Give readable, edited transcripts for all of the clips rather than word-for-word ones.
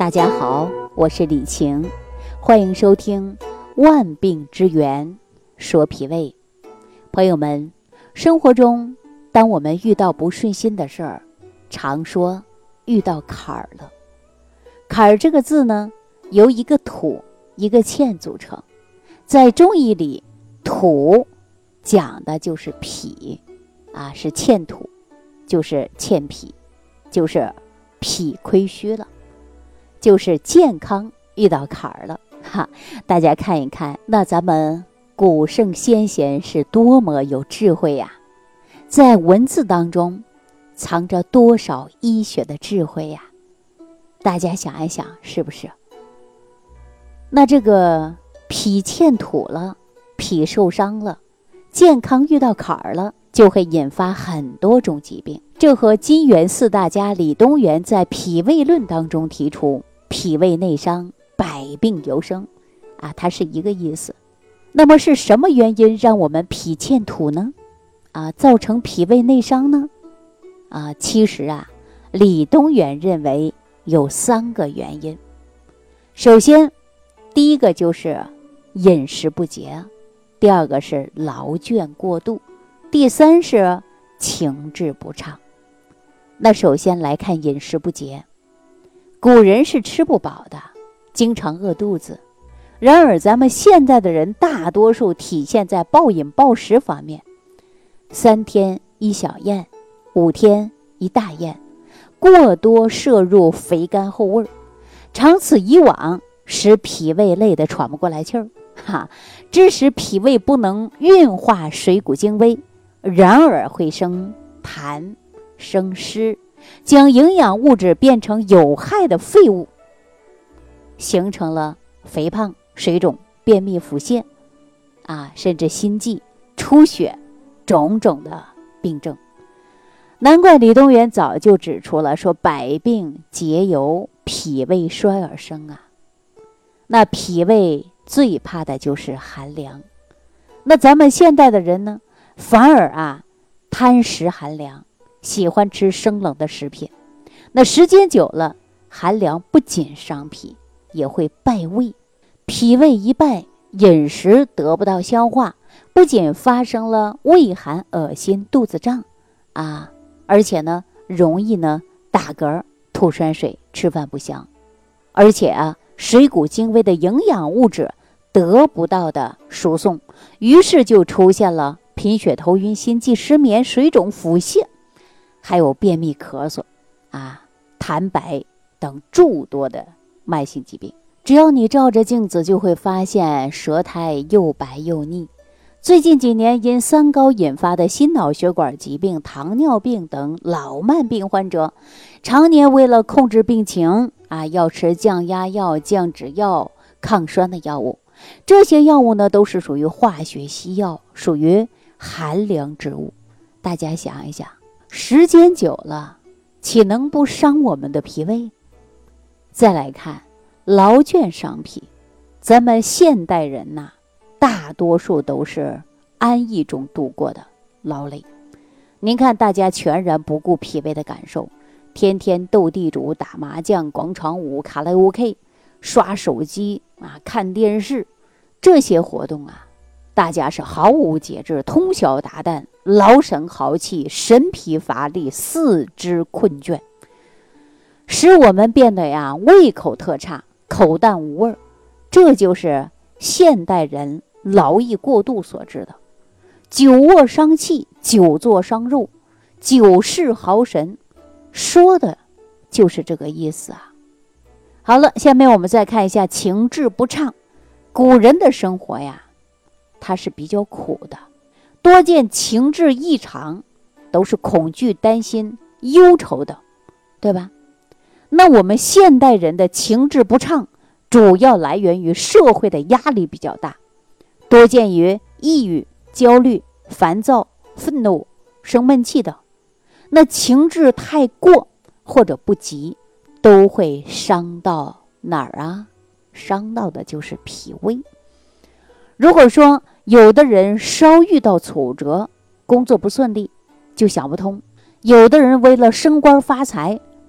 大家好，我是李晴，欢迎收听万病之源说脾胃。朋友们，生活中当我们遇到不顺心的事儿，常说遇到坎儿了。坎儿这个字呢，由一个土一个欠组成。在中医里，土讲的就是脾是欠土，就是欠脾，就是脾亏虚了，就是健康遇到坎儿了。大家看一看，那咱们古圣先贤是多么有智慧呀，在文字当中藏着多少医学的智慧呀，大家想一想，是不是？那这个脾欠土了，脾受伤了，健康遇到坎儿了，就会引发很多种疾病。这和金元四大家李东垣在《脾胃论》当中提出脾胃内伤，百病由生它是一个意思。那么是什么原因让我们脾欠土呢？造成脾胃内伤呢？其实李东垣认为有3个原因。首先，第一个就是饮食不节，第二个是劳倦过度，第三是情志不畅。那首先来看饮食不节，古人是吃不饱的，经常饿肚子。然而咱们现在的人大多数体现在暴饮暴食方面，3天一小宴，5天一大宴，过多摄入肥甘厚味，长此以往使脾胃累得喘不过来气儿，致使脾胃不能运化水谷精微，然而会生痰生湿，将营养物质变成有害的废物，形成了肥胖、水肿、便秘、腹泻甚至心悸、出血种种的病症。难怪李东垣早就指出了，说百病皆由脾胃衰而生那脾胃最怕的就是寒凉。那咱们现代的人呢，反而贪食寒凉，喜欢吃生冷的食品。那时间久了，寒凉不仅伤脾，也会败胃。脾胃一败，饮食得不到消化，不仅发生了胃寒、恶心、肚子胀而且呢，容易打嗝、吐酸水、吃饭不香，而且水谷精微的营养物质得不到的输送，于是就出现了贫血、头晕、心悸、失眠、水肿、腹泻，还有便秘、咳嗽痰白等诸多的慢性疾病。只要你照着镜子，就会发现舌苔又白又腻。最近几年因三高引发的心脑血管疾病、糖尿病等老慢病患者，常年为了控制病情要吃降压药、降脂药、抗酸的药物。这些药物呢，都是属于化学西药，属于寒凉之物。大家想一想，时间久了，岂能不伤我们的脾胃？再来看劳倦伤脾，咱们现代人大多数都是安逸中度过的劳累。您看大家全然不顾脾胃的感受，天天斗地主、打麻将、广场舞、卡拉 OK、刷手机看电视，这些活动大家是毫无节制，通宵达旦，劳神耗气，神疲乏力，四肢困倦，使我们变得胃口特差，口淡无味。这就是现代人劳逸过度所致的。久卧伤气，久坐伤肉，久视耗神，说的就是这个意思好了，下面我们再看一下情志不畅。古人的生活它是比较苦的，多见情志异常，都是恐惧、担心、忧愁的，对吧？那我们现代人的情志不畅，主要来源于社会的压力比较大，多见于抑郁、焦虑、烦躁、愤怒、生闷气等。那情志太过或者不及，都会伤到哪儿伤到的就是脾胃。如果说有的人稍遇到挫折，工作不顺利就想不通，有的人为了升官发财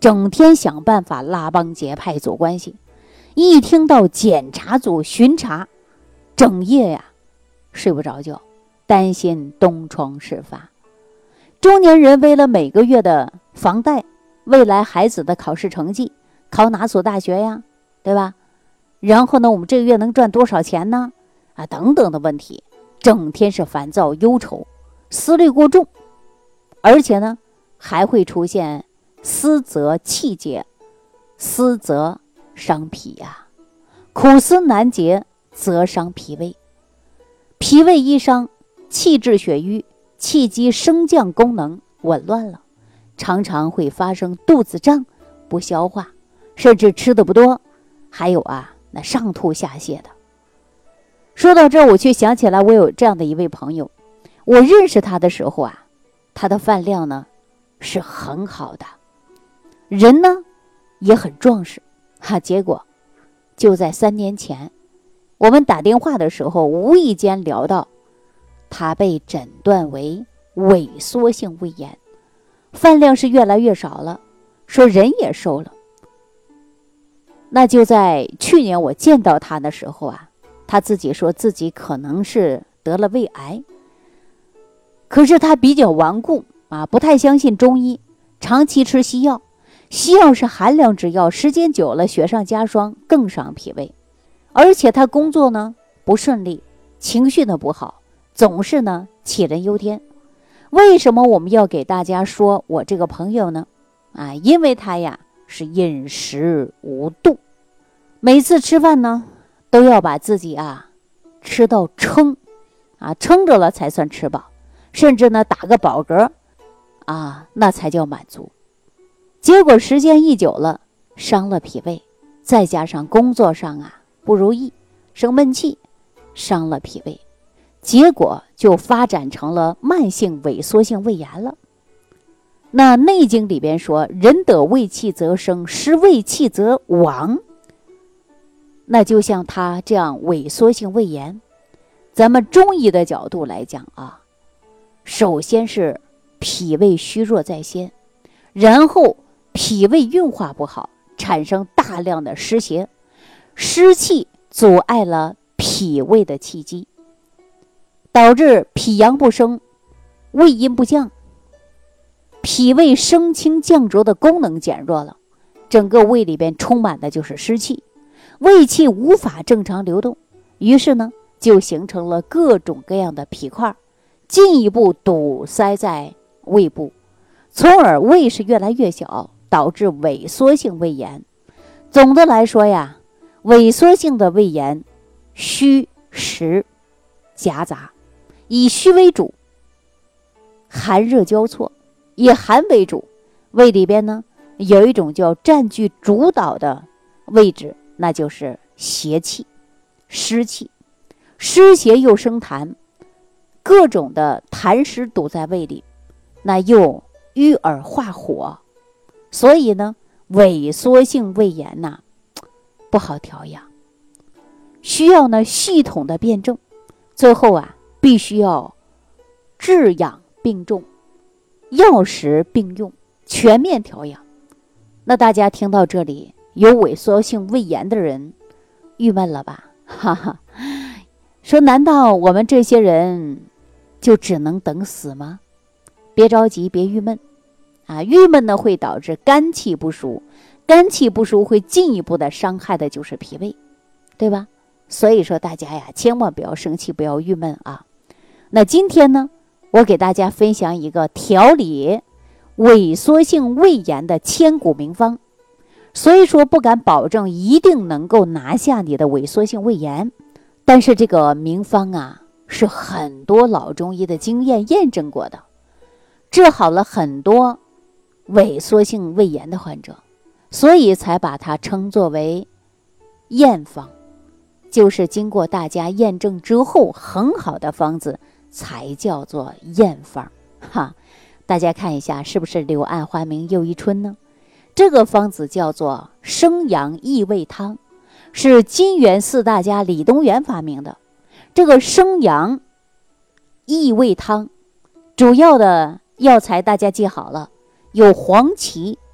整天想办法拉帮结派走关系，一听到检查组巡查，整夜呀睡不着觉，担心东窗事发。中年人为了每个月的房贷，未来孩子的考试成绩，考哪所大学呀，对吧？然后呢，我们这个月能赚多少钱呢？等等的问题，整天是烦躁忧愁，思虑过重，而且呢，还会出现思则气结，思则伤脾呀，苦思难解则伤脾胃，脾胃一伤，气滞血瘀，气机升降功能紊乱了，常常会发生肚子胀、不消化，甚至吃的不多，还有那上吐下泻的。说到这儿，我却想起来我有这样的一位朋友，我认识他的时候他的饭量呢是很好的，人呢也很壮实结果就在3年前，我们打电话的时候无意间聊到他被诊断为萎缩性胃炎，饭量是越来越少了，说人也瘦了。那就在去年我见到他的时候他自己说自己可能是得了胃癌，可是他比较顽固不太相信中医，长期吃西药，西药是寒凉之药，时间久了雪上加霜，更伤脾胃。而且他工作呢不顺利，情绪呢不好，总是呢杞人忧天。为什么我们要给大家说我这个朋友呢？因为他是饮食无度，每次吃饭呢都要把自己吃到撑撑着了才算吃饱，甚至呢打个饱嗝那才叫满足。结果时间一久了，伤了脾胃，再加上工作上不如意，生闷气，伤了脾胃，结果就发展成了慢性萎缩性胃炎了。那《内经》里边说，人得胃气则生，失胃气则亡。那就像他这样萎缩性胃炎，咱们中医的角度来讲首先是脾胃虚弱在先，然后脾胃运化不好，产生大量的湿邪，湿气阻碍了脾胃的气机，导致脾阳不升，胃阴不降，脾胃升清降浊的功能减弱了，整个胃里边充满的就是湿气，胃气无法正常流动，于是呢就形成了各种各样的脾块，进一步堵塞在胃部，从而胃是越来越小，导致萎缩性胃炎。总的来说萎缩性的胃炎虚实夹杂，以虚为主，寒热交错，以寒为主，胃里边呢有一种叫占据主导的位置，那就是邪气、湿气，湿邪又生痰，各种的痰湿堵在胃里，那又郁而化火，所以呢萎缩性胃炎不好调养，需要呢系统的辩证，最后必须要治养并重，药食并用，全面调养。那大家听到这里，有萎缩性胃炎的人郁闷了吧？说难道我们这些人就只能等死吗？别着急，别郁闷郁闷呢会导致肝气不舒，肝气不舒会进一步的伤害的就是脾胃，对吧？所以说大家千万不要生气，不要郁闷那今天呢，我给大家分享一个调理萎缩性胃炎的千古名方，所以说不敢保证一定能够拿下你的萎缩性胃炎，但是这个名方是很多老中医的经验验证过的，治好了很多萎缩性胃炎的患者，所以才把它称作为验方，就是经过大家验证之后很好的方子才叫做验方大家看一下是不是柳暗花明又一春呢？这个方子叫做生阳益胃汤，是金元四大家李东垣发明的。这个生阳益胃汤主要的药材大家记好了，有黄芪、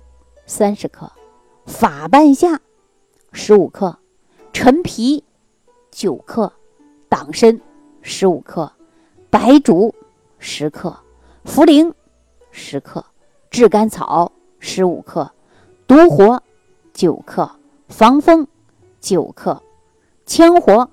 30克，法半夏15克，陈皮9克，党参15克，白术10克，茯苓10克，炙甘草15克，独活9克，防风9克，羌活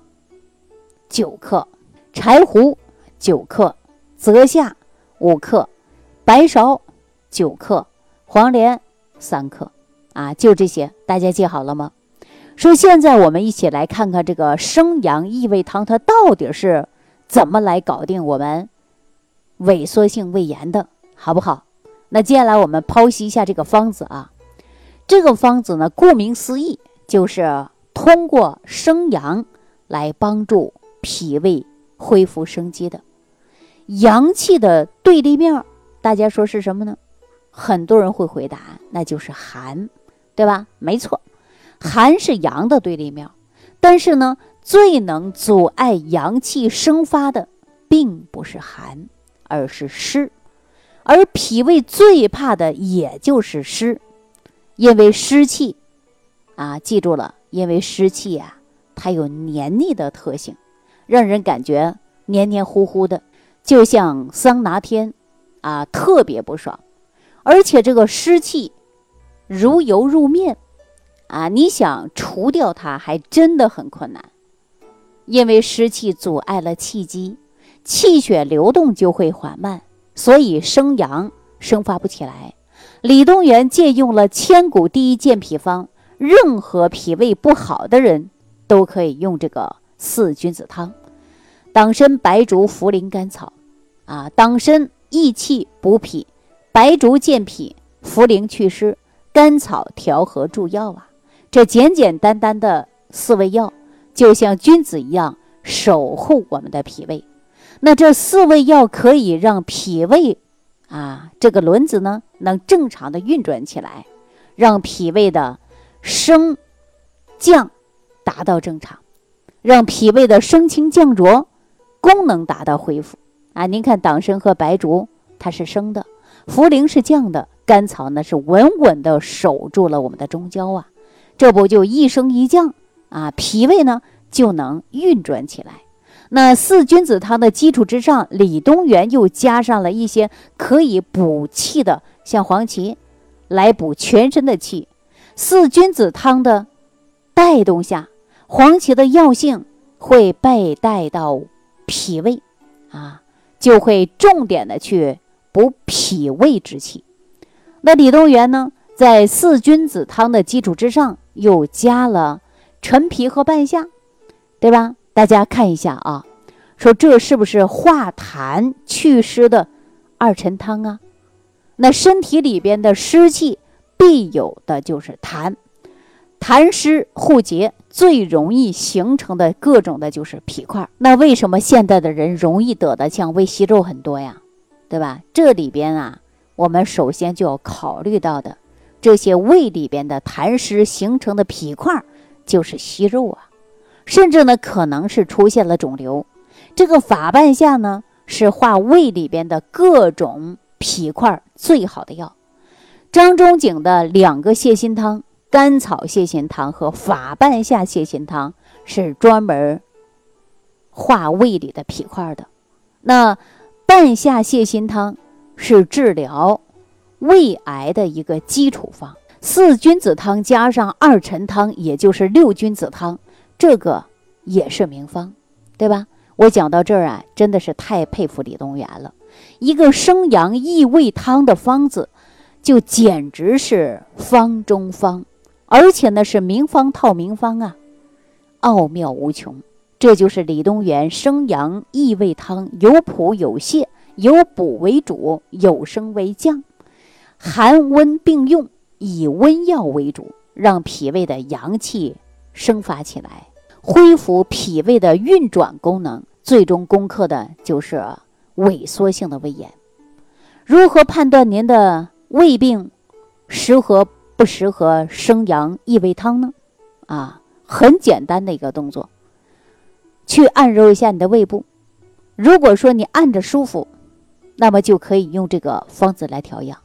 9克，柴胡9克，泽夏5克，白芍9克，黄连3克就这些，大家记好了吗？说现在我们一起来看看这个生阳益胃汤它到底是怎么来搞定我们萎缩性胃炎的，好不好？那接下来我们剖析一下这个方子这个方子呢，顾名思义就是通过生阳来帮助脾胃恢复生机的。阳气的对立面大家说是什么呢？很多人会回答那就是寒，对吧？没错，寒是阳的对立面，但是呢，最能阻碍阳气生发的并不是寒，而是湿。而脾胃最怕的也就是湿，因为湿气记住了，因为湿气它有黏腻的特性，让人感觉黏黏糊糊的，就像桑拿天特别不爽。而且这个湿气如油入面你想除掉它还真的很困难，因为湿气阻碍了气机，气血流动就会缓慢，所以生阳生发不起来。李东垣借用了千古第一健脾方，任何脾胃不好的人都可以用这个4君子汤。党参、白术、茯苓、甘草党参益气补脾，白术健脾，茯苓祛湿，甘草调和助药这简简单单的4味药就像君子一样守护我们的脾胃。那这4味药可以让脾胃这个轮子呢能正常的运转起来，让脾胃的升降达到正常，让脾胃的升清降浊功能达到恢复您看党参和白术它是升的，茯苓是降的，甘草呢是稳稳的守住了我们的中焦这不就一升一降脾胃呢就能运转起来。那4君子汤的基础之上，李东垣又加上了一些可以补气的，像黄芪来补全身的气。4君子汤的带动下，黄芪的药性会被带到脾胃就会重点的去补脾胃之气。那李东垣呢，在4君子汤的基础之上又加了陈皮和半夏，对吧？大家看一下说这是不是化痰祛湿的2陈汤那身体里边的湿气必有的就是痰，痰湿互结最容易形成的各种的就是脾块。那为什么现代的人容易得的像胃息肉很多呀，对吧？这里边我们首先就要考虑到的这些胃里边的痰湿形成的脾块就是息肉甚至呢可能是出现了肿瘤。这个法半夏呢是化胃里边的各种脾块最好的药。张仲景的2个泻心汤，甘草泻心汤和法半夏泻心汤是专门化胃里的脾块的。那半夏泻心汤是治疗胃癌的一个基础方。4君子汤加上2陈汤，也就是6君子汤，这个也是名方，对吧？我讲到这儿真的是太佩服李东垣了。一个生阳益胃汤的方子就简直是方中方，而且呢是名方套名方奥妙无穷。这就是李东垣生阳益胃汤，有补有泻，有补为主，有升为降，寒温并用，以温药为主，让脾胃的阳气生发起来，恢复脾胃的运转功能，最终攻克的就是萎缩性的胃炎。如何判断您的胃病适合不适合生阳益胃汤呢？很简单的一个动作，去按揉一下你的胃部。如果说你按着舒服，那么就可以用这个方子来调养。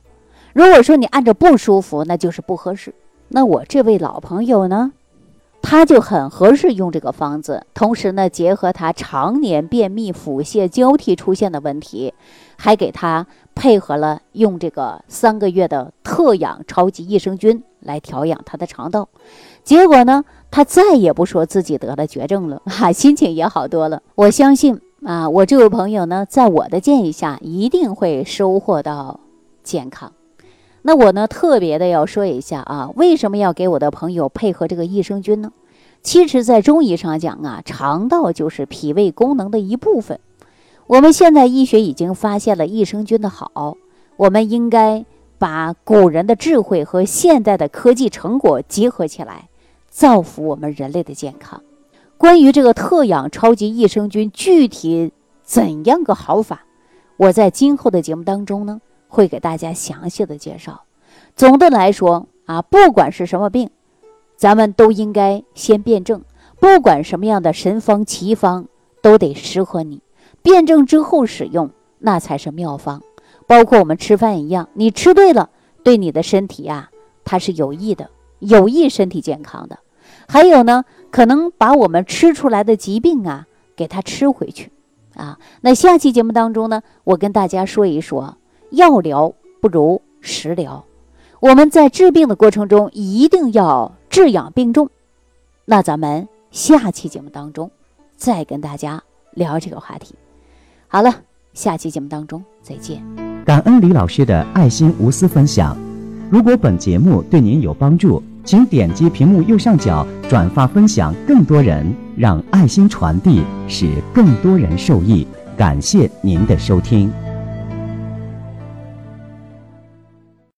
如果说你按照不舒服，那就是不合适。那我这位老朋友呢，他就很合适用这个方子，同时呢，结合他常年便秘、腹泻交替出现的问题，还给他配合了用这个3个月的特养超级益生菌来调养他的肠道。结果呢，他再也不说自己得了绝症了，心情也好多了。我相信我这位朋友呢，在我的建议下，一定会收获到健康。那我呢，特别的要说一下为什么要给我的朋友配合这个益生菌呢？其实在中医上讲肠道就是脾胃功能的一部分。我们现在医学已经发现了益生菌的好，我们应该把古人的智慧和现代的科技成果结合起来，造福我们人类的健康。关于这个特养超级益生菌具体怎样个好法，我在今后的节目当中呢，会给大家详细的介绍。总的来说不管是什么病，咱们都应该先辩证，不管什么样的神方奇方都得适合你，辩证之后使用，那才是妙方。包括我们吃饭一样，你吃对了，对你的身体它是有益的，有益身体健康的。还有呢，可能把我们吃出来的疾病给它吃回去那下期节目当中呢，我跟大家说一说，药疗不如食疗。我们在治病的过程中一定要治养并重。那咱们下期节目当中再跟大家聊这个话题。好了，下期节目当中再见。 感恩李老师的爱心无私分享。如果本节目对您有帮助，请点击屏幕右上角转发分享更多人，让爱心传递，使更多人受益。感谢您的收听。